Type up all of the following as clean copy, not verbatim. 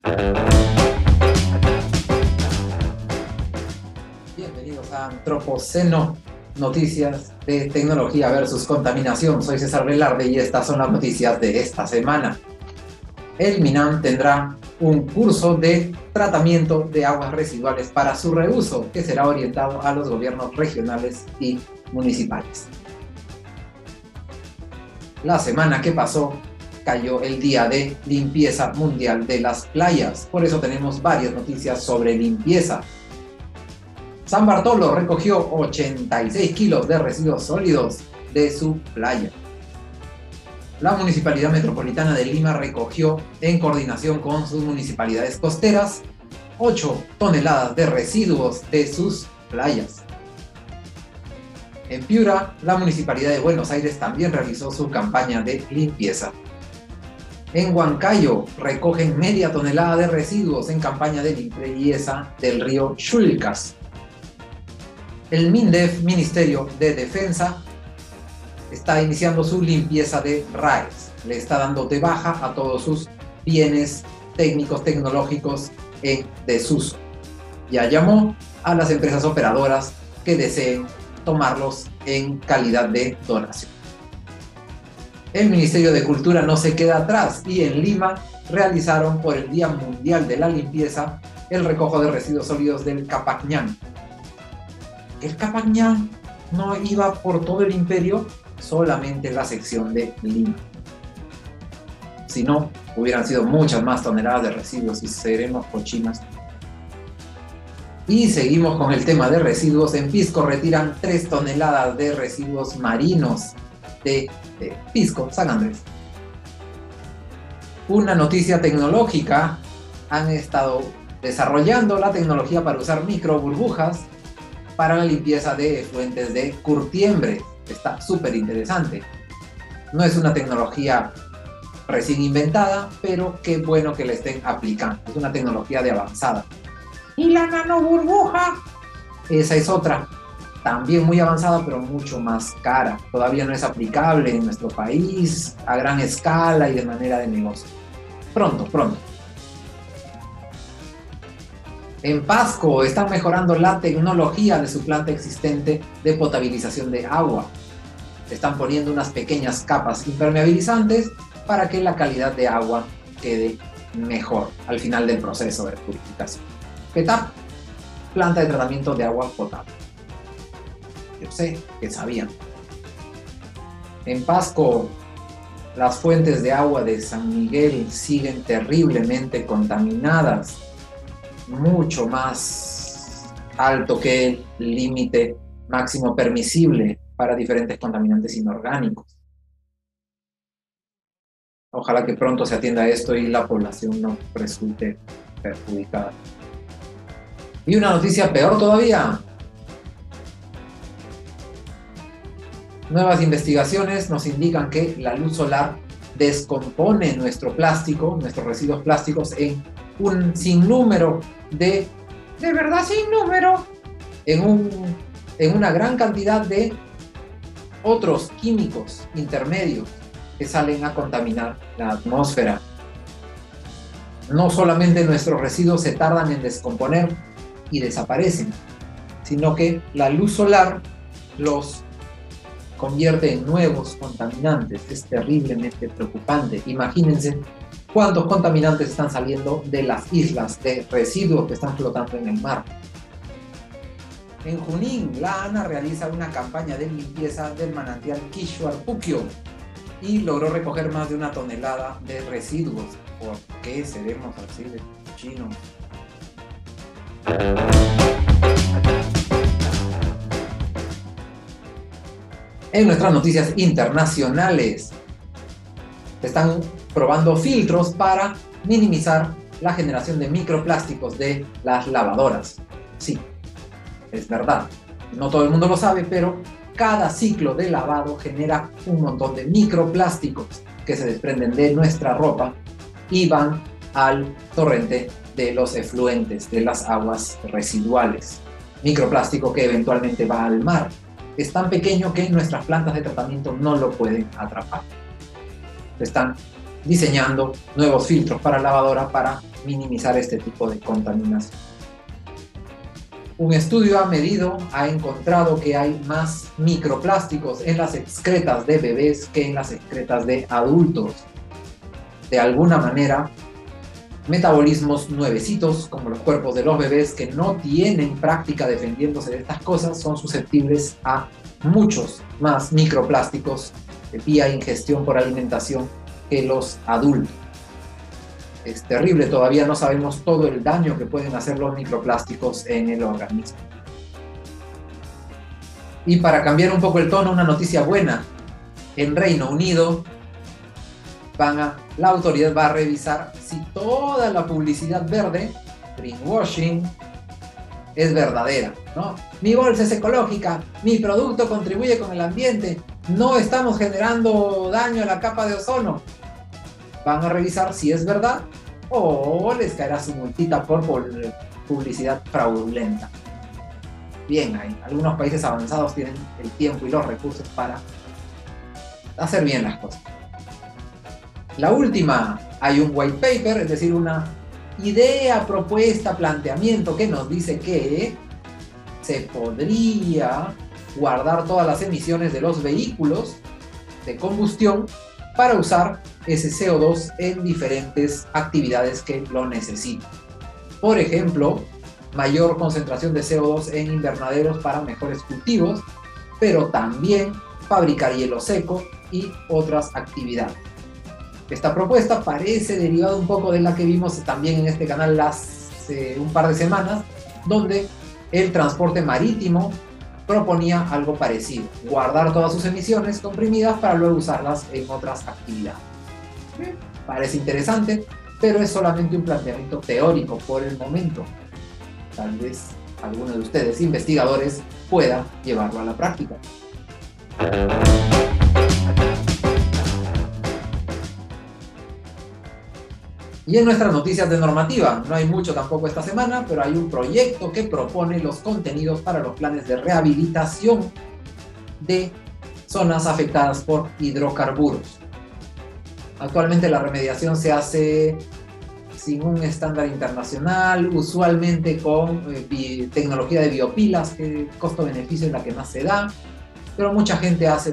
Bienvenidos a Antropoceno, noticias de tecnología versus contaminación. Soy César Velarde y estas son las noticias de esta semana. El MINAM tendrá un curso de tratamiento de aguas residuales para su reuso, que será orientado a los gobiernos regionales y municipales. La semana que pasó cayó el Día de Limpieza Mundial de las Playas. Por eso tenemos varias noticias sobre limpieza. San Bartolo recogió 86 kilos de residuos sólidos de su playa. La Municipalidad Metropolitana de Lima recogió, en coordinación con sus municipalidades costeras, 8 toneladas de residuos de sus playas. En Piura, la Municipalidad de Buenos Aires también realizó su campaña de limpieza. En Huancayo recogen media tonelada de residuos en campaña de limpieza del río Chulcas. El MINDEF, Ministerio de Defensa, está iniciando su limpieza de RAES. Le está dando de baja a todos sus bienes técnicos, tecnológicos en desuso. Ya llamó a las empresas operadoras que deseen tomarlos en calidad de donación. El Ministerio de Cultura no se queda atrás y en Lima realizaron por el Día Mundial de la Limpieza el recojo de residuos sólidos del Capacñán. El Capacñán no iba por todo el imperio, solamente en la sección de Lima. Si no, hubieran sido muchas más toneladas de residuos y seremos cochinas. Y seguimos con el tema de residuos. En Pisco retiran 3 toneladas de residuos marinos de Pisco, San Andrés. Una noticia tecnológica: han estado desarrollando la tecnología para usar microburbujas para la limpieza de efluentes de Curtiembre. Está súper interesante. No es una tecnología recién inventada, pero qué bueno que la estén aplicando. Es una tecnología de avanzada. Y la nanoburbuja, esa es otra, también muy avanzada, pero mucho más cara. Todavía no es aplicable en nuestro país a gran escala y de manera de negocio. Pronto. En Pasco están mejorando la tecnología de su planta existente de potabilización de agua. Están poniendo unas pequeñas capas impermeabilizantes para que la calidad de agua quede mejor al final del proceso de purificación. PETAP, planta de tratamiento de agua potable. Yo sé que sabían. En Pasco, las fuentes de agua de San Miguel siguen terriblemente contaminadas, mucho más alto que el límite máximo permisible para diferentes contaminantes inorgánicos. Ojalá que pronto se atienda esto y la población no resulte perjudicada. Y una noticia peor todavía. Nuevas investigaciones nos indican que la luz solar descompone nuestro plástico, nuestros residuos plásticos, en un sinnúmero de verdad sin número, en una gran cantidad de otros químicos intermedios que salen a contaminar la atmósfera. No solamente nuestros residuos se tardan en descomponer y desaparecen, sino que la luz solar los convierte en nuevos contaminantes. Es terriblemente preocupante. Imagínense cuántos contaminantes están saliendo de las islas de residuos que están flotando en el mar. En Junín, la ANA realiza una campaña de limpieza del manantial Quixuarpuquio y logró recoger más de 1 tonelada de residuos. ¿Por qué seremos así de chinos? En nuestras noticias internacionales, están probando filtros para minimizar la generación de microplásticos de las lavadoras. Sí, es verdad. No todo el mundo lo sabe, pero cada ciclo de lavado genera un montón de microplásticos que se desprenden de nuestra ropa y van al torrente de los efluentes, de las aguas residuales. Microplástico que eventualmente va al mar. Es tan pequeño que nuestras plantas de tratamiento no lo pueden atrapar. Están diseñando nuevos filtros para lavadora para minimizar este tipo de contaminación. Un estudio ha encontrado que hay más microplásticos en las excretas de bebés que en las excretas de adultos. De alguna manera, metabolismos nuevecitos, como los cuerpos de los bebés que no tienen práctica defendiéndose de estas cosas, son susceptibles a muchos más microplásticos vía ingestión por alimentación que los adultos. Es terrible, todavía no sabemos todo el daño que pueden hacer los microplásticos en el organismo. Y para cambiar un poco el tono, una noticia buena. En Reino Unido, la autoridad va a revisar si toda la publicidad verde, greenwashing, es verdadera, ¿no? Mi bolsa es ecológica, mi producto contribuye con el ambiente, no estamos generando daño a la capa de ozono. Van a revisar si es verdad o les caerá su multita por publicidad fraudulenta. Bien, algunos países avanzados tienen el tiempo y los recursos para hacer bien las cosas. La última, hay un white paper, es decir, una idea, propuesta, planteamiento que nos dice que se podría guardar todas las emisiones de los vehículos de combustión para usar ese CO2 en diferentes actividades que lo necesitan. Por ejemplo, mayor concentración de CO2 en invernaderos para mejores cultivos, pero también fabricar hielo seco y otras actividades. Esta propuesta parece derivada un poco de la que vimos también en este canal hace un par de semanas, donde el transporte marítimo proponía algo parecido, guardar todas sus emisiones comprimidas para luego usarlas en otras actividades. Parece interesante, pero es solamente un planteamiento teórico por el momento. Tal vez alguno de ustedes, investigadores, pueda llevarlo a la práctica. Y en nuestras noticias de normativa, no hay mucho tampoco esta semana, pero hay un proyecto que propone los contenidos para los planes de rehabilitación de zonas afectadas por hidrocarburos. Actualmente la remediación se hace sin un estándar internacional, usualmente con tecnología de biopilas, que costo-beneficio es la que más se da, pero mucha gente hace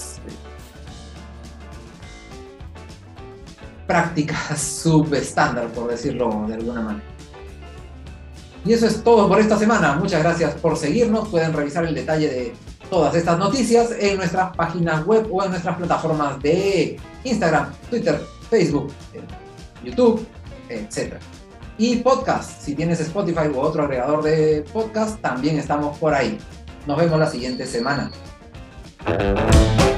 prácticas subestándar, por decirlo de alguna manera. Y eso es todo por esta semana. Muchas gracias por seguirnos. Pueden revisar el detalle de todas estas noticias en nuestras páginas web o en nuestras plataformas de Instagram, Twitter, Facebook, YouTube, etc. Y podcast, si tienes Spotify u otro agregador de podcast, también estamos por ahí. Nos vemos la siguiente semana.